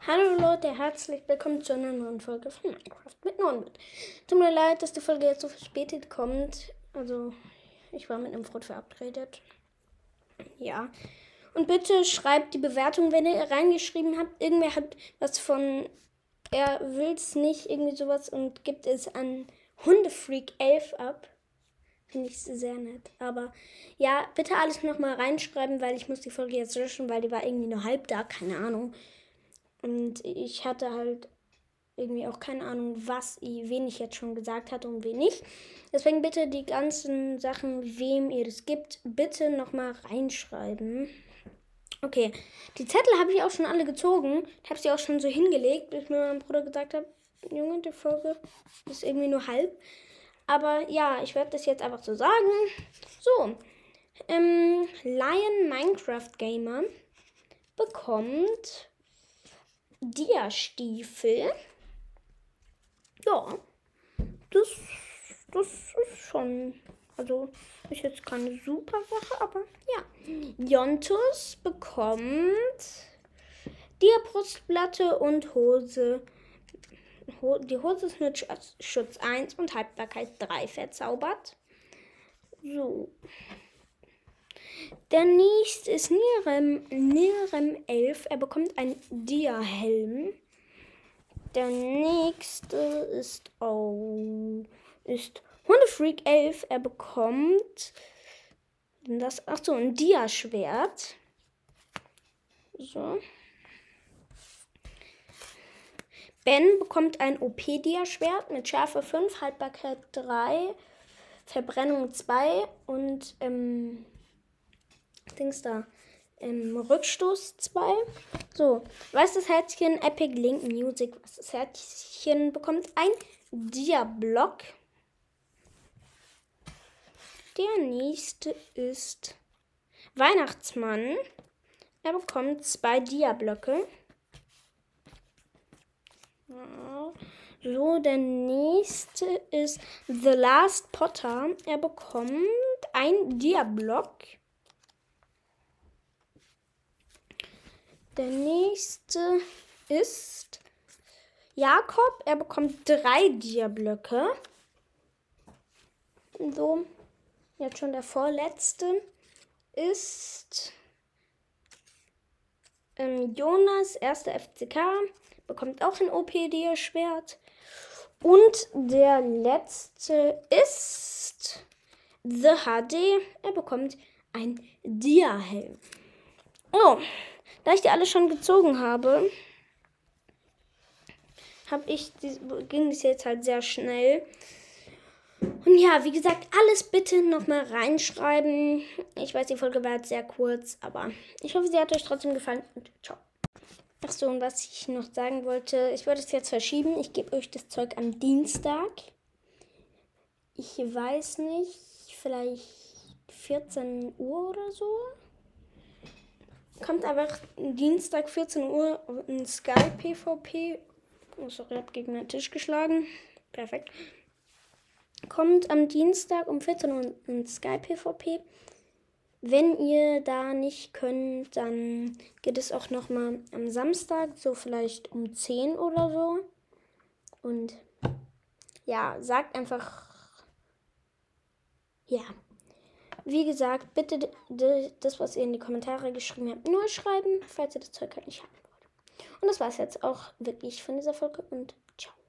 Hallo Leute, herzlich willkommen zu einer neuen Folge von Minecraft mit Nonbit. Tut mir leid, dass die Folge jetzt so verspätet kommt. Also, ich war mit einem Freund verabredet. Ja. Und bitte schreibt die Bewertung, wenn ihr reingeschrieben habt. Irgendwer hat was von, er will es nicht, irgendwie sowas und gibt es an Hundefreak11 ab. Finde ich sehr nett. Aber ja, bitte alles nochmal reinschreiben, weil ich muss die Folge jetzt löschen, weil die war irgendwie nur halb da, keine Ahnung. Und ich hatte halt irgendwie auch keine Ahnung, wen ich jetzt schon gesagt hatte und wen nicht. Deswegen bitte die ganzen Sachen, wem ihr das gibt, bitte nochmal reinschreiben. Okay, die Zettel habe ich auch schon alle gezogen. Ich habe sie auch schon so hingelegt, bis mir mein Bruder gesagt hat, Junge, die Folge ist irgendwie nur halb. Aber ja, ich werde das jetzt einfach so sagen. So, Lion Minecraft Gamer bekommt Dia-Stiefel. Ja, das ist schon, also ist jetzt keine super Sache, aber ja. Jontus bekommt Dia-Brustplatte und Hose. Die Hose ist mit Schutz 1 und Haltbarkeit 3 verzaubert. So. Der nächste ist Nirem 11. Er bekommt einen Dia-Helm. Der nächste ist Hundefreak 11. Er bekommt ein Dia-Schwert. So. Ben bekommt ein OP-Dia-Schwert mit Schärfe 5, Haltbarkeit 3, Verbrennung 2 und Rückstoß 2. So, weißes Herzchen, Epic Link Music. Weißes Herzchen bekommt ein Dia-Block. Der nächste ist Weihnachtsmann. Er bekommt 2 Dia-Blöcke. So, der nächste ist The Last Potter. Er bekommt ein Dia-Block. Der nächste ist Jakob. Er bekommt 3 Dia-Blöcke. So, jetzt schon der vorletzte ist Jonas, erster FCK. Bekommt auch ein OP-Dia-Schwert. Und der letzte ist The HD. Er bekommt ein Dia-Helm. Oh, da ich die alle schon gezogen habe, ging es jetzt halt sehr schnell. Und ja, wie gesagt, alles bitte nochmal reinschreiben. Ich weiß, die Folge war jetzt sehr kurz, aber ich hoffe, sie hat euch trotzdem gefallen und ciao. Achso, und was ich noch sagen wollte, ich würde es jetzt verschieben. Ich gebe euch das Zeug am Dienstag. Ich weiß nicht, vielleicht 14 Uhr oder so. Kommt einfach Dienstag 14 Uhr in Sky PvP. Oh, sorry, ich habe gegen den Tisch geschlagen. Perfekt. Kommt am Dienstag um 14 Uhr in Sky PvP. Wenn ihr da nicht könnt, dann geht es auch nochmal am Samstag, so vielleicht um 10 oder so. Und ja, sagt einfach, ja. Wie gesagt, bitte das, was ihr in die Kommentare geschrieben habt, nur schreiben, falls ihr das Zeug halt nicht haben wollt. Und das war es jetzt auch wirklich von dieser Folge und ciao.